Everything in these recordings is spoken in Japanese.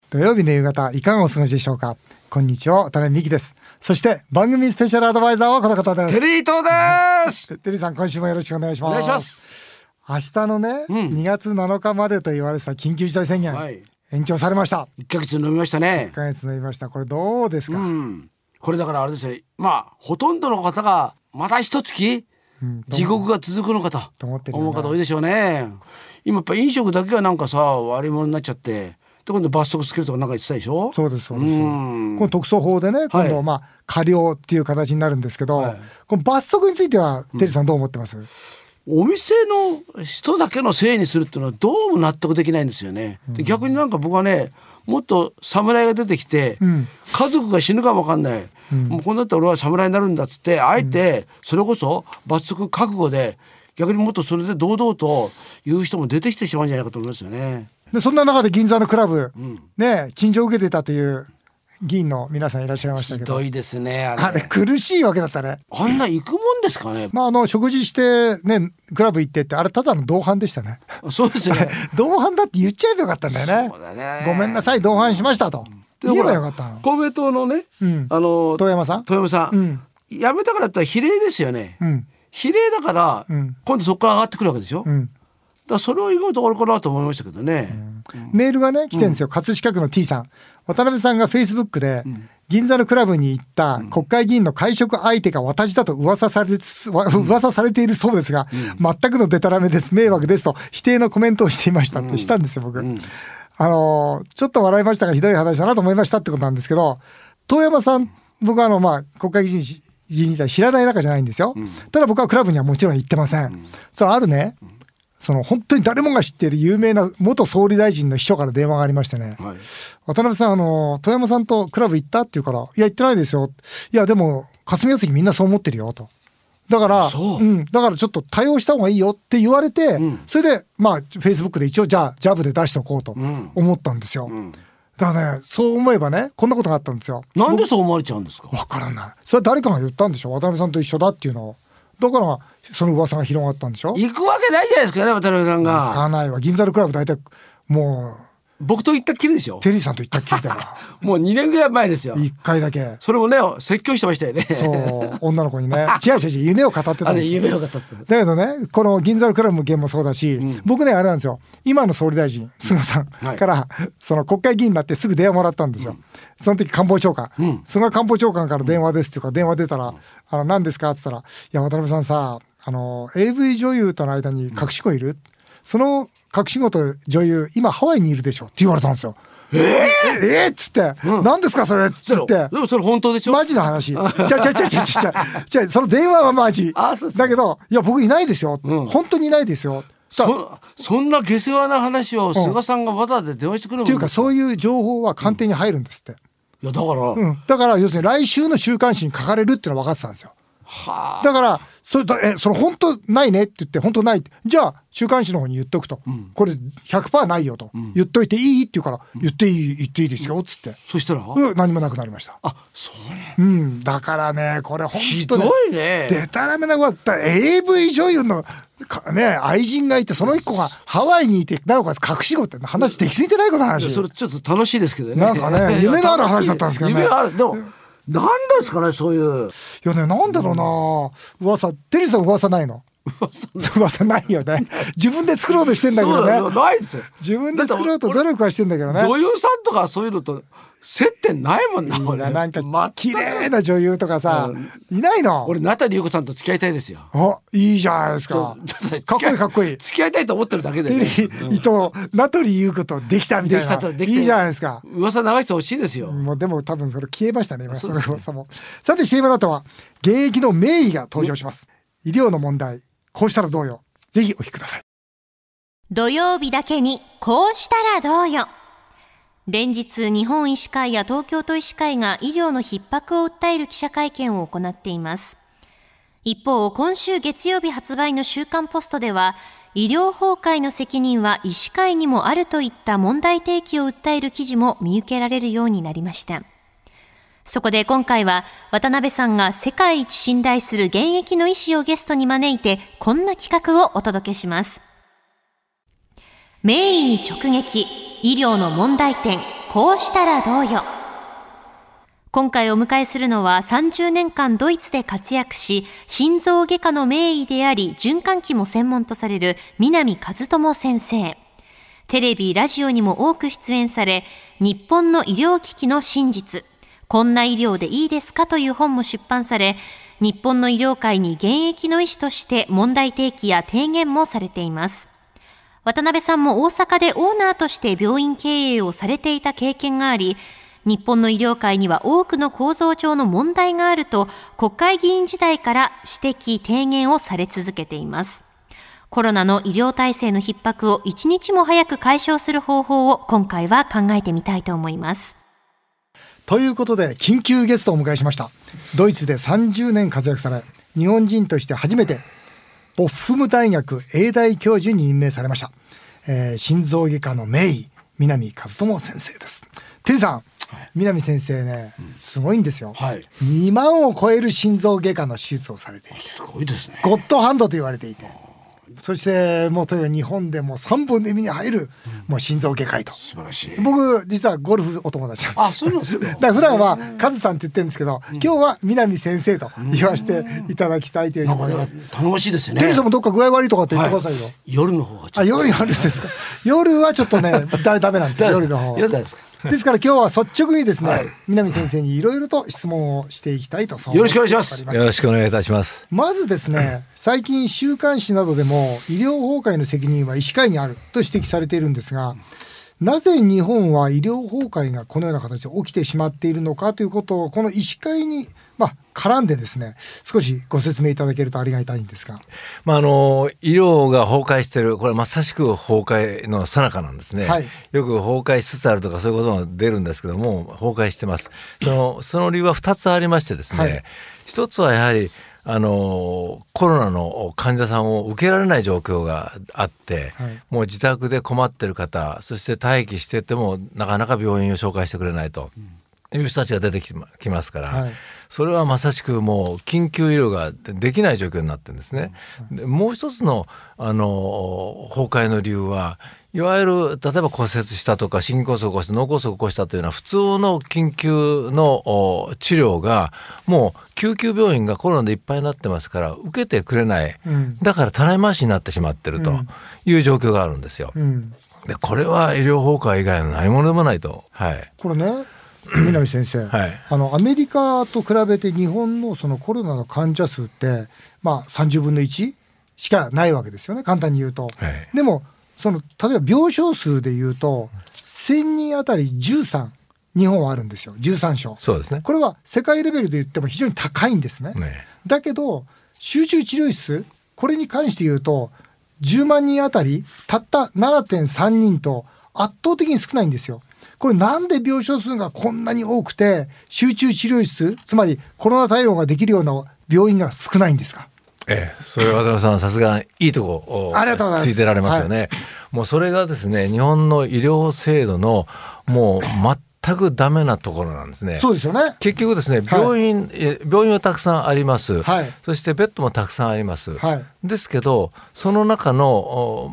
土曜日の夕方いかがお過ごしでしょうか。こんにちは、渡辺美希です。そして番組スペシャルアドバイザーはこの方です。 テリー東です。 テリーさん、今週もよろしくお願いします。 お願いします。 明日のね、2月7日までと言われてた緊急事態宣言、延長されました。 1ヶ月飲みましたね。 1ヶ月飲みました。これどうですか。 これだからあれですよ、ほとんどの方がまた一月、地獄が続くのかと思う方多いでしょうね。今やっぱ飲食だけがなんかさ悪いものになっちゃって、で今度罰則つけるとかなんか言ってたでしょ。 そうですそうです。この特措法でね、今度過料っていう形になるんですけど、この罰則についてはテリーさんどう思ってます。 お店の人だけのせいにするっていうのはどうも納得できないんですよね。で逆になんか僕はね、もっと侍が出てきて、家族が死ぬかも分かんない、もうこんなったら俺は侍になるんだっつって、あえてそれこそ罰則覚悟で、逆にもっとそれで堂々と言う人も出てきてしまうんじゃないかと思いますよね。 でそんな中で銀座のクラブ、ね、陳情を受けてたという議員の皆さんいらっしゃいましたけど、 ひどいですね。 あれ苦しいわけだったね。 あんな行くもんですかね。 食事してね、クラブ行ってって、あれただの同伴でしたね。 そうですね。 同伴だって言っちゃえばよかったんだよね。 そうだね。 ごめんなさい、同伴しましたと言えばよかったの。 公明党のね、 遠山さん、 辞めたからって比例ですよね。比例だから、今度そこから上がってくるわけでしょ。だからそれを意外とあるかなと思いましたけどね。 メールがね来てるんですよ。葛飾区の T さん、渡辺さんがフェイスブックで、銀座のクラブに行った国会議員の会食相手が私だと噂されているそうですが、全くのデタラメです、迷惑ですと否定のコメントをしていましたってしたんですよ、僕。ちょっと笑いましたが、ひどい話だなと思いましたってことなんですけど、遠山さん、僕は国会議員自体知らない仲じゃないんですよ。ただ僕はクラブにはもちろん行ってません。それあるね、本当に誰もが知っている有名な元総理大臣の秘書から電話がありましてね、渡辺さん、遠山さんとクラブ行ったって言うから、いや行ってないですよ。いやでも霞が関みんなそう思ってるよと。だから、だからちょっと対応した方がいいよって言われて、それでフェイスブックで一応じゃあジャブで出しておこうと思ったんですよ。だからね、そう思えばね、こんなことがあったんですよ。 なんでそう思われちゃうんですか。 わからない。それは誰かが言ったんでしょ、渡辺さんと一緒だっていうのを。だからその噂が広がったんでしょ。 行くわけないじゃないですかね、渡辺さんが。 行かないわ。銀座のクラブ大体もう僕と行ったっきりですよ。 テリーさんと行ったっきりだわ。 もう2年ぐらい前ですよ。 1回だけ。 それもね、説教してましたよね。 そう女の子にね違う夢を語ってたんですよ。 夢を語ってた。 だけどね、この銀座のクラブの件もそうだし、僕ねあれなんですよ、今の総理大臣菅さんから、その国会議員になってすぐ電話もらったんですよ。その時官房長官、菅官房長官から電話ですっていうか、電話出たら何ですかって言ったら、いや渡辺さんさ、AV 女優との間に隠し子いる、その隠し子と女優今ハワイにいるでしょって言われたんですよ。っつって、何ですかそれっつって。 でもそれ本当でしょ。 マジの話。その電話はマジだけど、いや僕いないですよ、本当にいないですよ。 そんな下世話な話を菅さんがわざわざ電話してくるもんっていうか、そういう情報は官邸に入るんですって。 いやだから要するに来週の週刊誌に書かれるっていうのは分かってたんですよ。だからそれ本当ないねって言って、本当ないって、じゃあ週刊誌の方に言っとくと、これ 100% ないよと、言っといていいって言うから、言っていいですよっつって、 そしたら何もなくなりました。 そうね。 だからね、これ本当にひどいね。 でたらめなことだった。 AV 女優の愛人がいて、その一個がハワイにいて、なおかつ隠し子って話できすぎてないことの話。 それちょっと楽しいですけどね。 なんかね、夢のある話だったんですけどね。 夢ある。でもなんですかね、そういう。 いやね、なんだろうな、噂。テリーさん噂ないの？噂ないよね。自分で作ろうとしてんだけどね。 ないですよ。 自分で作ろうと努力はしてんだけどね。 女優さんとかそういうのと接点ないもんな。俺なんか綺麗な女優とかさ、いないの？ 俺ナタリー優子さんと付き合いたいですよ。 いいじゃないですか。かっこいいかっこいい。 付き合いたいと思ってるだけでね。 ナトリー優子とできたみたいな。いいじゃないですか。 噂流してほしいですよ。 もうでも多分それ消えましたね、今その噂も。さて CM の後は現役の名医が登場します。医療の問題、こうしたらどうよ。ぜひお聞きください。 土曜日だけにこうしたらどうよ。連日日本医師会や東京都医師会が医療の逼迫を訴える記者会見を行っています。一方、今週月曜日発売の週刊ポストでは、医療崩壊の責任は医師会にもあるといった問題提起を訴える記事も見受けられるようになりました。そこで今回は渡辺さんが世界一信頼する現役の医師をゲストに招いて、こんな企画をお届けします。名医に直撃、医療の問題点、 こうしたらどうよ。今回お迎えするのは30年間ドイツで活躍し、心臓外科の名医であり循環器も専門とされる南和智先生。テレビ、ラジオにも多く出演され、日本の医療機器の真実、こんな医療でいいですかという本も出版され、日本の医療界に現役の医師として問題提起や提言もされています。渡辺さんも大阪でオーナーとして病院経営をされていた経験があり、日本の医療界には多くの構造上の問題があると国会議員時代から指摘・提言をされ続けています。コロナの医療体制の逼迫を一日も早く解消する方法を今回は考えてみたいと思います。 ということで緊急ゲストをお迎えしました。ドイツで30年活躍され、日本人として初めてボッフム大学英大教授に任命されました、心臓外科の名医南和智先生です。テリーさん、南先生ね、すごいんですよ、2万を超える心臓外科の手術をされていて、 すごいですね。 ゴッドハンドと言われていて、そしてもうとにかく日本でも3本の指に入る、もう心臓外科医と。 素晴らしい。 僕実はゴルフお友達なんです。 あ、そうなんですか。 だから普段はカズさんって言ってるんですけど、今日は南先生と言わせていただきたいというふうに思います。 頼もしいですよね。 テリーさんもどっか具合悪いとかって言ってくださいよ。 夜の方がちょっと。 夜あるんですか。夜はちょっとねダメなんですよ、夜の方。 夜ですか。 ですから今日は率直にですね、南先生にいろいろと質問をしていきたいと。 よろしくお願いします。 よろしくお願いいたします。 まずですね、最近週刊誌などでも医療崩壊の責任は医師会にあると指摘されているんですが、なぜ日本は医療崩壊がこのような形で起きてしまっているのかということを、この医師会に絡んでですね、少しご説明いただけるとありがたいんですが。 医療が崩壊している、これまさしく崩壊の最中なんですね、よく崩壊しつつあるとかそういうことが出るんですけども、崩壊してます。その理由は2つありましてですね、一つはやはりコロナの患者さんを受けられない状況があって、もう自宅で困っている方、そして待機しててもなかなか病院を紹介してくれないという人たちが出てきますから、それはまさしくもう緊急医療ができない状況になってるんですね。でもう一つの、崩壊の理由は、いわゆる例えば骨折したとか心梗塞を起こした、脳梗塞を起こしたというのは普通の緊急の治療がもう救急病院がコロナでいっぱいになってますから受けてくれない、だからたらい回しになってしまっているという状況があるんですよ、でこれは医療崩壊以外の何ものでもないと、 これね、南先生、アメリカと比べて日本のそのコロナの患者数って30分の1しかないわけですよね、簡単に言うと、でも例えば病床数でいうと1000人あたり13日本はあるんですよ、13床。 そうですね。 これは世界レベルで言っても非常に高いんですね。だけど集中治療室、これに関して言うと10万人あたりたった 7.3 人と圧倒的に少ないんですよ。これなんで病床数がこんなに多くて集中治療室、つまりコロナ対応ができるような病院が少ないんですか。 それは渡辺さんさすがいいとこをついてられますよね、もうそれがですね、日本の医療制度のもう全くダメなところなんですね。 そうですよね。 結局ですね、病院はたくさんあります、そしてベッドもたくさんあります、ですけどその中の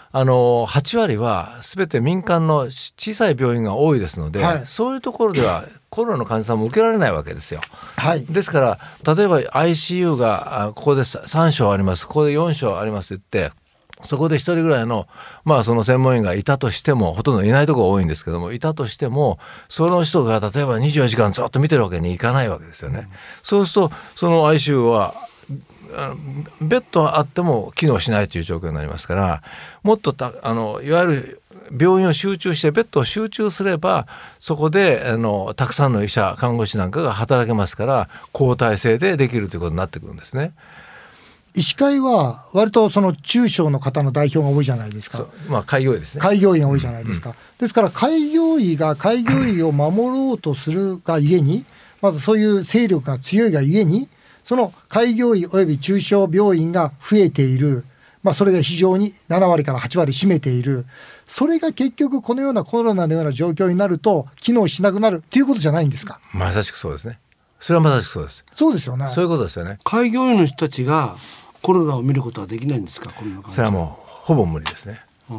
8割は全て民間の小さい病院が多いですので、そういうところではコロナの患者さんも受けられないわけですよ、ですから例えば ICU がここで3床あります、ここで4床ありますって言って、そこで一人ぐらいのその専門医がいたとしても、ほとんどいないところが多いんですけども、いたとしてもその人が例えば24時間ずっと見てるわけにいかないわけですよね、そうするとその ICU はベッドあっても機能しないという状況になりますから、もっといわゆる病院を集中してベッドを集中すれば、そこでたくさんの医者看護師なんかが働けますから、交代制でできるということになってくるんですね。 医師会は割とその中小の方の代表が多いじゃないですか。 開業医ですね。 開業医が多いじゃないですか、ですから開業医が開業医を守ろうとするがゆえに、まずそういう勢力が強いがゆえに、その開業医および中小病院が増えている、それで非常に7割から8割占めている。それが結局このようなコロナのような状況になると機能しなくなるということじゃないんですか。 まさしくそうですね。それはまさしくそうです。 そうですよね。 そういうことですよね。 開業医の人たちがコロナを見ることはできないんですか。コロナ患者。 それはもうほぼ無理ですね。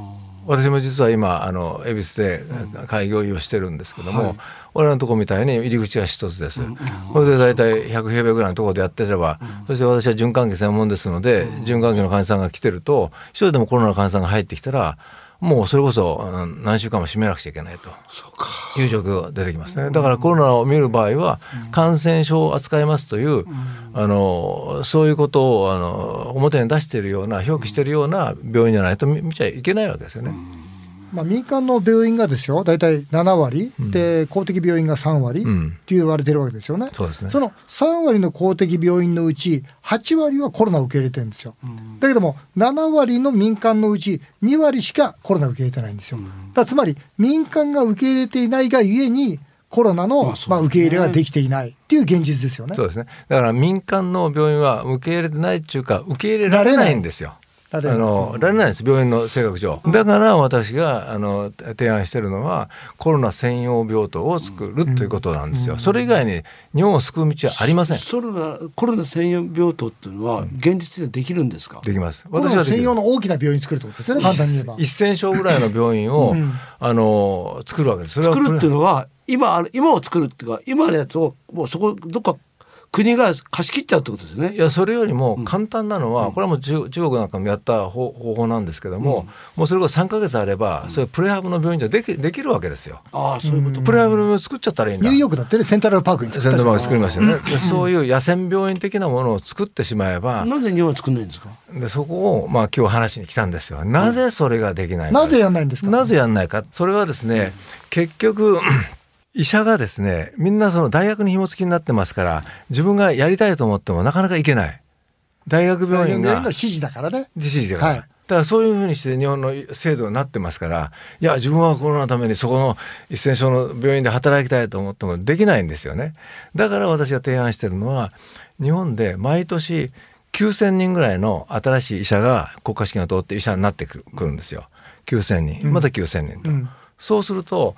私も実は今恵比寿で開業医をしてるんですけども、俺らのところみたいに入り口は一つです。これで大体100平米ぐらいのところでやってれば、そして私は循環器専門ですので、循環器の患者さんが来てると、一人でもコロナの患者さんが入ってきたら、もうそれこそ何週間も閉めなくちゃいけないという状況が出てきますね。だからコロナを見る場合は感染症を扱いますという、そういうことを表に出しているような、表記しているような病院じゃないと見ちゃいけないわけですよね。 民間の病院がですよ、大体7割、で公的病院が3割って言われてるわけですよね。 そうですね。 その3割の公的病院のうち8割はコロナを受け入れてるんですよ。だけども7割の民間のうち2割しかコロナを受け入れてないんですよ。だからつまり民間が受け入れていないがゆえにコロナの受け入れができていないっていう現実ですよね。 そうですね。だから民間の病院は受け入れてないっていうか、受け入れられないんですよ。られないです、病院の性格上。だから私が提案しているのはコロナ専用病棟を作るということなんですよ。それ以外に日本を救う道はありません。 コロナ専用病棟っていうのは現実にはできるんですか？ できます。 私は専用の大きな病院作るってことですよね、簡単に言えば。 1000床ぐらいの病院を作るわけです。 作るっていうのは今を作るっていうか、今のやつをもうそこどっか国が貸し切っちゃうってことですね。 いや、それよりも簡単なのは、これはもう中国なんかもやった方法なんですけども、もうそれが3ヶ月あれば、そういうプレハブの病院でできるわけですよ。 そういうこと。 プレハブの病院作っちゃったらいいんだ。 ニューヨークだってね、セントラルパークに作ったじゃないですか。 作りましたよね。そういう野戦病院的なものを作ってしまえば。 なんで日本は作んないんですか？ でそこを今日話しに来たんですよ。なぜそれができないか。 なぜやんないんですか？ なぜやんないか。それはですね、結局医者がですね、みんなその大学に紐付きになってますから、自分がやりたいと思ってもなかなか行けない。大学病院がの指示だからね。 指示だから。だからそういうふうにして日本の制度になってますから、いや自分はコロナのためにそこの1000床の病院で働きたいと思ってもできないんですよね。だから私が提案しているのは、日本で毎年9000人ぐらいの新しい医者が国家試験を通って医者になってくるんですよ。9000人、また9000人と。そうすると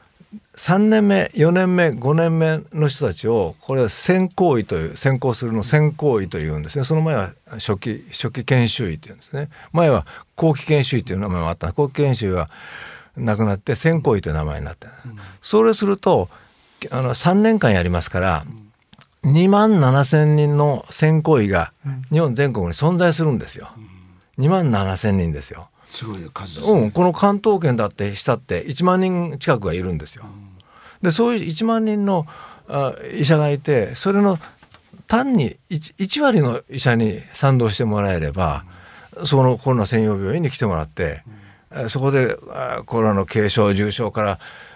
3年目4年目5年目の人たちを、これは先行医という、先行するの先行医というんですね。その前は初期研修医というんですね。前は後期研修医という名前もあった。後期研修医はなくなって先行医という名前になって、それすると3年間やりますから、2万7000人の先行医が日本全国に存在するんですよ。2万7000人ですよ。 すごい数ですね。 この関東圏だってしたって1万人近くがいるんですよ。でそういう1万人の医者がいて、それの単に 1割の医者に賛同してもらえれば、そのコロナ専用病院に来てもらって、そこでコロナの軽症重症から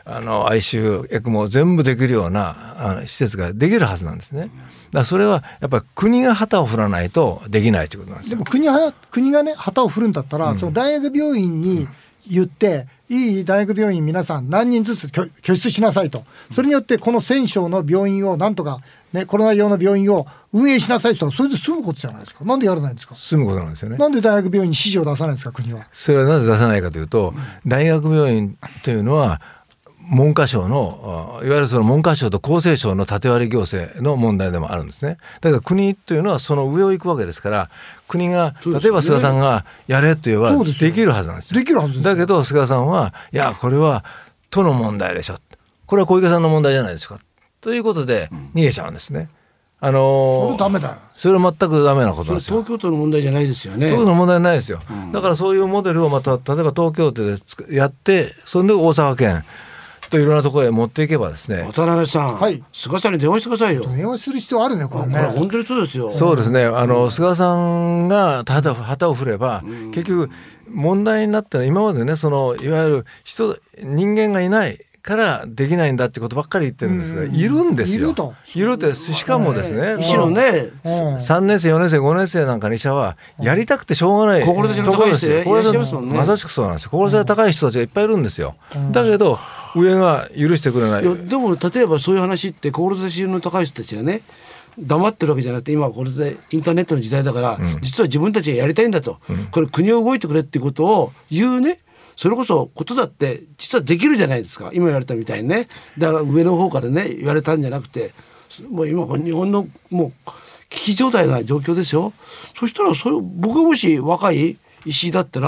ICU、エクモ全部できるような施設ができるはずなんですね。だからそれはやっぱり国が旗を振らないとできないということなんですよ。 でも国がね旗を振るんだったら、その大学病院に言って、いい大学病院皆さん何人ずつ拠出しなさいと。それによってこの1000床の病院をなんとかね、コロナ用の病院を運営しなさいと。それで済むことじゃないですか。なんでやらないんですか？ 済むことなんですよね。 なんで大学病院に指示を出さないんですか、国は。 それはなぜ出さないかというと、大学病院というのは文科省のいわゆるその文科省と厚生省の縦割り行政の問題でもあるんですね。だけど国というのはその上を行くわけですから、国が例えば菅さんがやれと言えばできるはずなんですよ。 できるはずです。 だけど菅さんはいやこれは都の問題でしょ、これは小池さんの問題じゃないですかということで逃げちゃうんですね。 それダメだよ。 それは全くダメなことなんですよ。 東京都の問題じゃないですよね。 東京都の問題ないですよ。だからそういうモデルをまた例えば東京都でやって、それで大阪県といろんなところへ持っていけばですね。 渡辺さん、菅さんに電話してくださいよ。 電話する必要あるね、これね。 これ本当にそうですよ。 そうですね。菅さんが旗を振れば、結局問題になったら、今までね、いわゆる人間がいないからできないんだってことばっかり言ってるんですが、いるんですよ。いるって、しかもですね、 医師のね、 3年生4年生5年生なんかの医者はやりたくてしょうがない志の高い人いらっしゃいますもんね。 まさしくそうなんですよ。志の高い人たちがいっぱいいるんですよ。だけど上が許してくれない。 いやでも例えばそういう話って、志の高い人たちがね黙ってるわけじゃなくて、今これでインターネットの時代だから、実は自分たちがやりたいんだと、これ国を動いてくれっていうことを言うね、それこそことだって実はできるじゃないですか。今言われたみたいにね。だから上の方からね言われたんじゃなくて、もう今日本のもう危機状態な状況ですよ。そしたら僕がもし若い医師だったら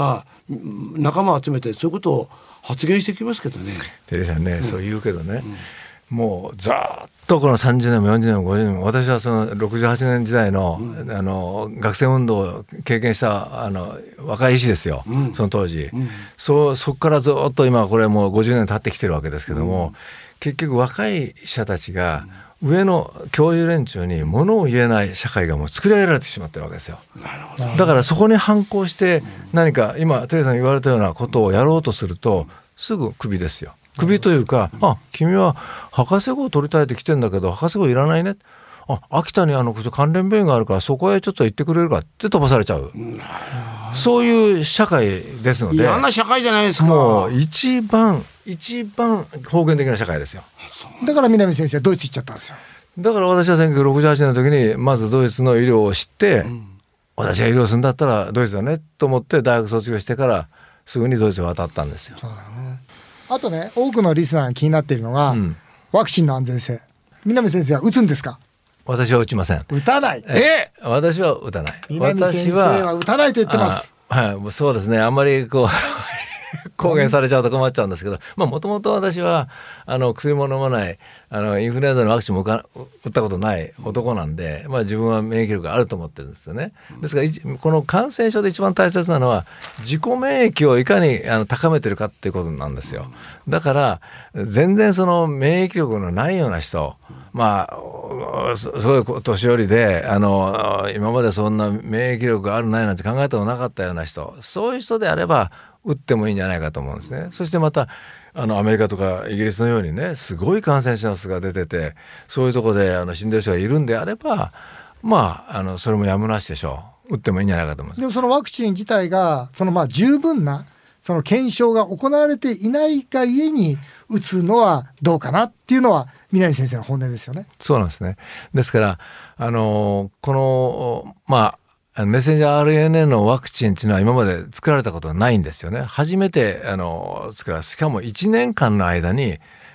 仲間を集めてそういうことを発言してきますけどね。 テリーさんね、そう言うけどね、もうざーっとこの30年も40年も50年も、私はその68年時代の、学生運動を経験した若い医師ですよ、その当時、そこからずっと今これもう50年経ってきてるわけですけども、結局若い医者たちが上の教授連中に物を言えない社会がもう作り上げられてしまってるわけですよ。 なるほど。 だからそこに反抗して何か今テレーさん言われたようなことをやろうとするとすぐクビですよ。クビというか、君は博士号を取りたいって来てんだけど博士号いらないね、秋田に関連病院があるからそこへちょっと行ってくれるかって飛ばされちゃう、そういう社会ですので、 嫌な社会じゃないですか。 もう一番方言的な社会ですよ。 だから南先生はドイツ行っちゃったんですよ。 だから私は1968年の時にまずドイツの医療を知って、私が医療するんだったらドイツだねと思って大学卒業してからすぐにドイツへ渡ったんですよ。 そうだね。あとね、多くのリスナーが気になっているのが、ワクチンの安全性。南先生は打つんですか？ 私は打ちません。 打たない。 私は打たない。 南先生は打たないと言ってます。 はい、そうですね。あんまり公言されちゃうと困っちゃうんですけど、もともと私は薬も飲まないインフルエンザのワクチンも打ったことない男なんで、自分は免疫力があると思ってるんですよね。ですからこの感染症で一番大切なのは自己免疫をいかに高めてるかっていうことなんですよ。だから全然その免疫力のないような人、そういう年寄りで今までそんな免疫力があるないなんて考えたことなかったような人、そういう人であれば打ってもいいんじゃないかと思うんですね。そしてまたアメリカとかイギリスのようにね、すごい感染者数が出てて、そういうところで死んでる人がいるんであれば、それもやむなしでしょう。打ってもいいんじゃないかと思います。 でもそのワクチン自体が十分なその検証が行われていないがゆえに打つのはどうかなっていうのは南先生の本音ですよね。 そうなんですね。ですからこのメッセンジャー RNA のワクチンっていうのは今まで作られたことがないんですよね。初めて作られ、しかも1年間の間に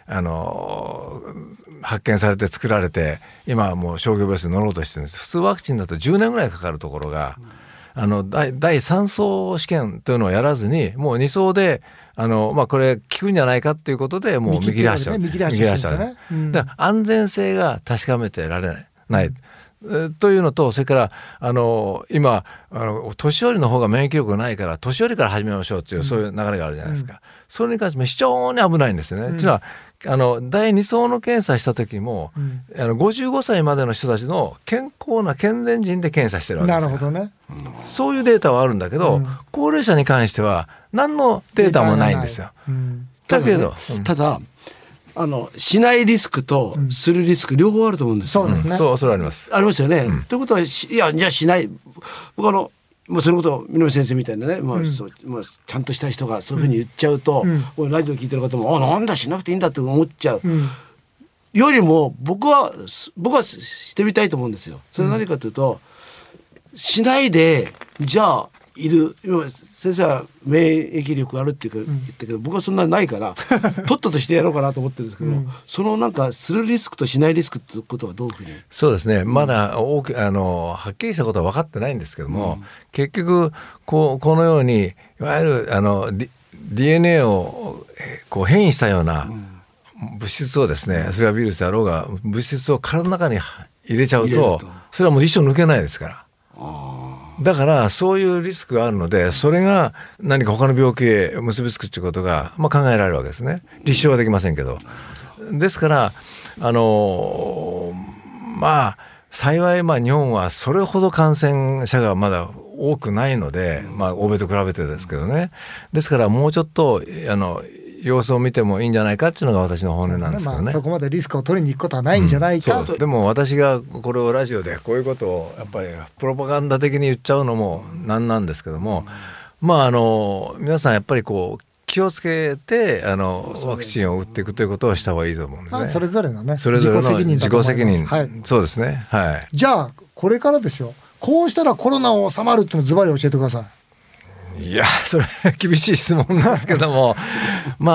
発見されて作られて、今はもう商業ベースに乗ろうとしてるんです。普通ワクチンだと10年ぐらいかかるところが、第3相試験というのをやらずにもう2相でこれ効くんじゃないかっていうことでもう見切り発車、だから安全性が確かめてられない、というのと、それから今年寄りの方が免疫力がないから年寄りから始めましょうっていう、そういう流れがあるじゃないですか。それに関しても非常に危ないんですよね。というのは第2相の検査した時も、55歳までの人たちの健康な健全人で検査してるわけです。 なるほどね。 そういうデータはあるんだけど、高齢者に関しては何のデータもないんですよ。だけど、 ただしないリスクとするリスク両方あると思うんですよ。 そうですね。 それあります。 ありますよね。ということはじゃあしない。僕もうそのことを南先生みたいなね、もうちゃんとした人がそういうふうに言っちゃうと、ラジオ聞いてる方もなんだしなくていいんだって思っちゃう、よりも僕はしてみたいと思うんですよ。それは何かというと、しないでじゃあ今先生は免疫力あるって言ったけど、僕はそんなないからとっととしてやろうかなと思ってるんですけど、そのするリスクとしないリスクってことはどういうふうに。 そうですね、まだはっきりしたことは分かってないんですけども、結局このようにいわゆるDNA を変異したような物質をですね、それはウイルスだろうが物質を体の中に入れちゃうと、それはもう一生抜けないですから。だからそういうリスクがあるので、それが何か他の病気へ結びつくということが考えられるわけですね。立証はできませんけど。ですから幸い日本はそれほど感染者がまだ多くないので、欧米と比べてですけどね。ですからもうちょっと様子を見てもいいんじゃないかっていうのが私の本音なんですけどね。 そこまでリスクを取りに行くことはないんじゃないかと。 でも私がこれをラジオでこういうことをやっぱりプロパガンダ的に言っちゃうのもなんなんですけども、皆さんやっぱり気をつけてワクチンを打っていくということをした方がいいと思うんですね。 それぞれのね、 それぞれの自己責任、 そうですね。はい。 じゃあこれからですよ、こうしたらコロナを収まるっていうのをズバリ教えてください。 いや、それは厳しい質問なんですけども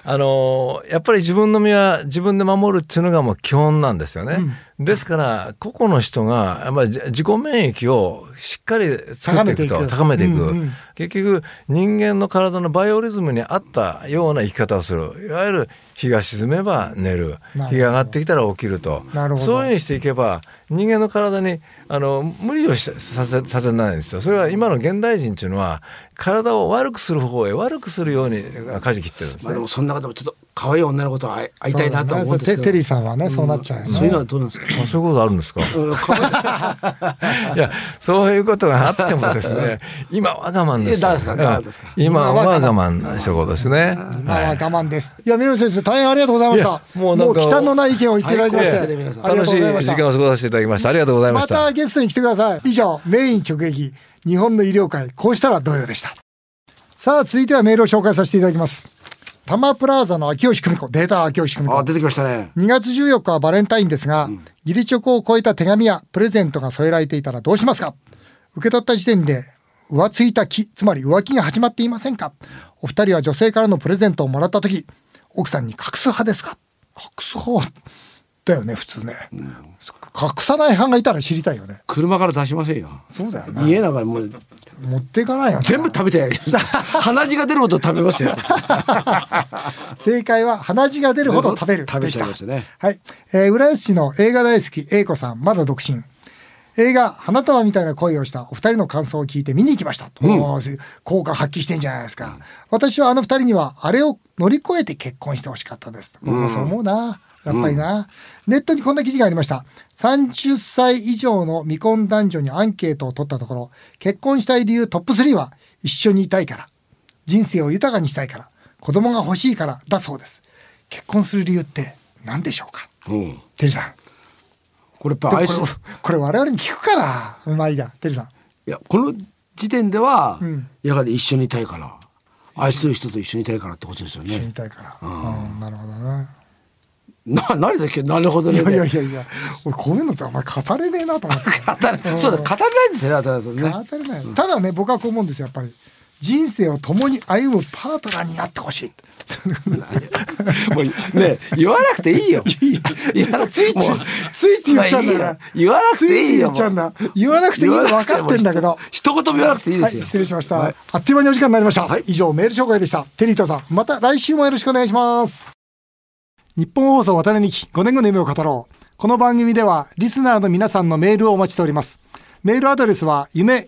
やっぱり自分の身は自分で守るっていうのがもう基本なんですよね。ですから個々の人がやっぱり自己免疫をしっかり作っていくと高めていく、結局人間の体のバイオリズムに合ったような生き方をする。いわゆる日が沈めば寝る、日が上がってきたら起きると、そういうふうにしていけば人間の体に無理をさせないんですよ。それは今の現代人っていうのは体を悪くする方へ悪くするように舵切ってるんですね。 でもそんな方もちょっと可愛い女の子と会いたいなと思うんですけど、 テリーさんはね、そうなっちゃうよね。 そういうのはどうなんですか。 そういうことあるんですか。いや、そういうことがあってもですね、今は我慢です。今は我慢したことですね。 今は我慢です。いや、南先生大変ありがとうございました。もう忌憚のない意見を言っていただきまして楽しい時間を過ごさせていただきました。ありがとうございました。 またゲストに来てください。以上、メイン直撃日本の医療界こうしたらどうよでした。さあ、続いてはメールを紹介させていただきます。タマプラーザの秋吉久美子、データ秋吉久美子。 出てきましたね。 2月14日はバレンタインですが、義理チョコを超えた手紙やプレゼントが添えられていたらどうしますか。受け取った時点で浮ついた気、つまり浮気が始まっていませんか。お二人は女性からのプレゼントをもらった時、奥さんに隠す派ですか。隠す方だよね、普通ね。隠さない派がいたら知りたいよね。 車から出しませんよ。 そうだよね。 家なんかもう持っていかないよね。 全部食べて鼻血が出るほど食べますよ。 正解は鼻血が出るほど食べるでした。 ね、 はい、浦安市の映画大好き A 子さん、まだ独身。映画花束みたいな恋をしたお二人の感想を聞いて見に行きました、効果発揮してんじゃないですか。私はあの二人にはあれを乗り越えて結婚してほしかったです。僕もそう思うな、やっぱりな。ネットにこんな記事がありました。30歳以上の未婚男女にアンケートを取ったところ、結婚したい理由トップ3は一緒にいたいから、人生を豊かにしたいから、子供が欲しいからだそうです。結婚する理由って何でしょうか。テリーさん、これやっぱこれ我々に聞くから。まあいいや、テリーさん。 いや、この時点では、やはり一緒にいたいから、愛する人と一緒にいたいからってことですよね。 一緒にいたいから、なるほどね。 何だっけ、なるほどね。 いや俺こういうのってあんまり語れねえなと思ってそうだ、語れないんですよね、 語れない。ただね、僕はこう思うんですよ。やっぱり人生を共に歩むパートナーになってほしい。 もうね、言わなくていいよ。言わなくていい。 スイッチ言っちゃうんだよ。 言わなくていいよ。 言わなくていいの分かってんだけど。 一言も言わなくていいですよ。 失礼しました。あっという間にお時間になりました。以上メール紹介でした。テリーとさん、また来週もよろしくお願いします。日本放送渡辺美希5年後の夢を語ろう。この番組ではリスナーの皆さんのメールをお待ちしております。メールアドレスは夢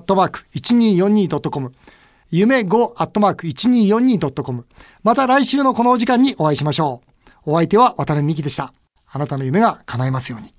5@1242.com、夢 5@1242.com。また来週のこのお時間にお会いしましょう。お相手は渡辺美希でした。あなたの夢が叶いますように。